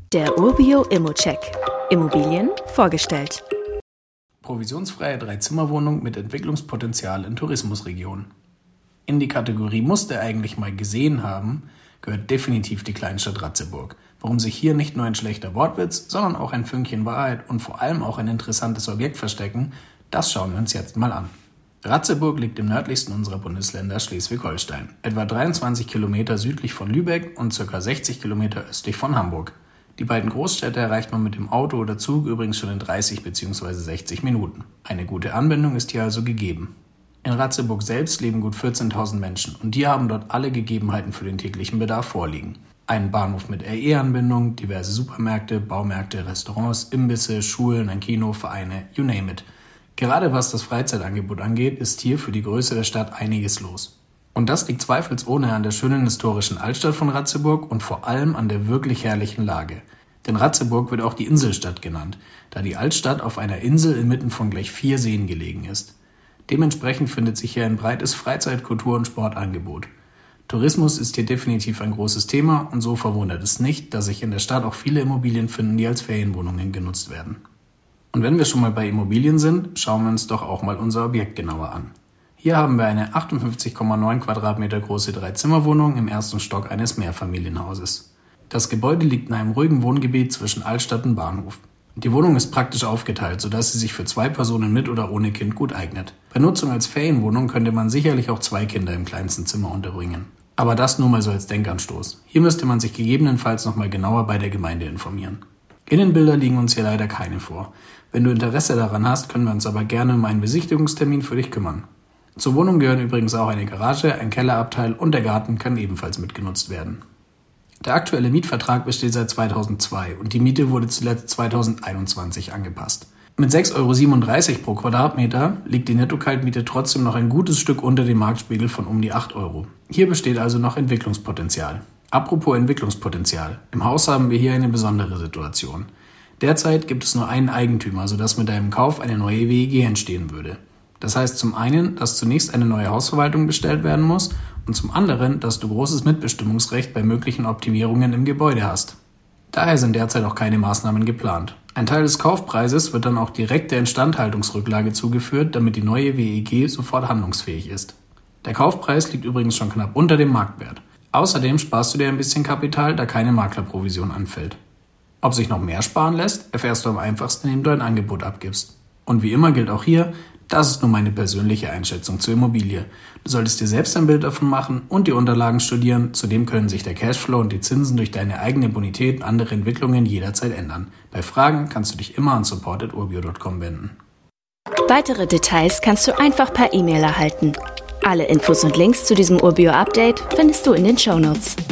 Der Urbio Immocheck. Immobilien vorgestellt. Provisionsfreie 3-Zimmer-Wohnung mit Entwicklungspotenzial in Tourismusregionen. In die Kategorie musst du eigentlich mal gesehen haben, gehört definitiv die Kleinstadt Ratzeburg. Warum sich hier nicht nur ein schlechter Wortwitz, sondern auch ein Fünkchen Wahrheit und vor allem auch ein interessantes Objekt verstecken, das schauen wir uns jetzt mal an. Ratzeburg liegt im nördlichsten unserer Bundesländer Schleswig-Holstein, etwa 23 Kilometer südlich von Lübeck und ca. 60 Kilometer östlich von Hamburg. Die beiden Großstädte erreicht man mit dem Auto oder Zug übrigens schon in 30 bzw. 60 Minuten. Eine gute Anbindung ist hier also gegeben. In Ratzeburg selbst leben gut 14.000 Menschen und die haben dort alle Gegebenheiten für den täglichen Bedarf vorliegen. Einen Bahnhof mit RE-Anbindung, diverse Supermärkte, Baumärkte, Restaurants, Imbisse, Schulen, ein Kino, Vereine, you name it. Gerade was das Freizeitangebot angeht, ist hier für die Größe der Stadt einiges los. Und das liegt zweifelsohne an der schönen historischen Altstadt von Ratzeburg und vor allem an der wirklich herrlichen Lage. Denn Ratzeburg wird auch die Inselstadt genannt, da die Altstadt auf einer Insel inmitten von gleich 4 Seen gelegen ist. Dementsprechend findet sich hier ein breites Freizeit-, Kultur- und Sportangebot. Tourismus ist hier definitiv ein großes Thema und so verwundert es nicht, dass sich in der Stadt auch viele Immobilien finden, die als Ferienwohnungen genutzt werden. Und wenn wir schon mal bei Immobilien sind, schauen wir uns doch auch mal unser Objekt genauer an. Hier haben wir eine 58,9 Quadratmeter große 3-Zimmer-Wohnung im ersten Stock eines Mehrfamilienhauses. Das Gebäude liegt in einem ruhigen Wohngebiet zwischen Altstadt und Bahnhof. Die Wohnung ist praktisch aufgeteilt, sodass sie sich für 2 Personen mit oder ohne Kind gut eignet. Bei Nutzung als Ferienwohnung könnte man sicherlich auch 2 Kinder im kleinsten Zimmer unterbringen. Aber das nur mal so als Denkanstoß. Hier müsste man sich gegebenenfalls nochmal genauer bei der Gemeinde informieren. Innenbilder liegen uns hier leider keine vor. Wenn du Interesse daran hast, können wir uns aber gerne um einen Besichtigungstermin für dich kümmern. Zur Wohnung gehören übrigens auch eine Garage, ein Kellerabteil und der Garten kann ebenfalls mitgenutzt werden. Der aktuelle Mietvertrag besteht seit 2002 und die Miete wurde zuletzt 2021 angepasst. Mit 6,37 € pro Quadratmeter liegt die Netto-Kaltmiete trotzdem noch ein gutes Stück unter dem Marktspiegel von um die 8 €. Hier besteht also noch Entwicklungspotenzial. Apropos Entwicklungspotenzial. Im Haus haben wir hier eine besondere Situation. Derzeit gibt es nur einen Eigentümer, sodass mit einem Kauf eine neue WEG entstehen würde. Das heißt zum einen, dass zunächst eine neue Hausverwaltung bestellt werden muss und zum anderen, dass du großes Mitbestimmungsrecht bei möglichen Optimierungen im Gebäude hast. Daher sind derzeit auch keine Maßnahmen geplant. Ein Teil des Kaufpreises wird dann auch direkt der Instandhaltungsrücklage zugeführt, damit die neue WEG sofort handlungsfähig ist. Der Kaufpreis liegt übrigens schon knapp unter dem Marktwert. Außerdem sparst du dir ein bisschen Kapital, da keine Maklerprovision anfällt. Ob sich noch mehr sparen lässt, erfährst du am einfachsten, indem du ein Angebot abgibst. Und wie immer gilt auch hier, das ist nur meine persönliche Einschätzung zur Immobilie. Du solltest dir selbst ein Bild davon machen und die Unterlagen studieren. Zudem können sich der Cashflow und die Zinsen durch deine eigene Bonität und andere Entwicklungen jederzeit ändern. Bei Fragen kannst du dich immer an support@urbio.com wenden. Weitere Details kannst du einfach per E-Mail erhalten. Alle Infos und Links zu diesem Urbio-Update findest du in den Shownotes.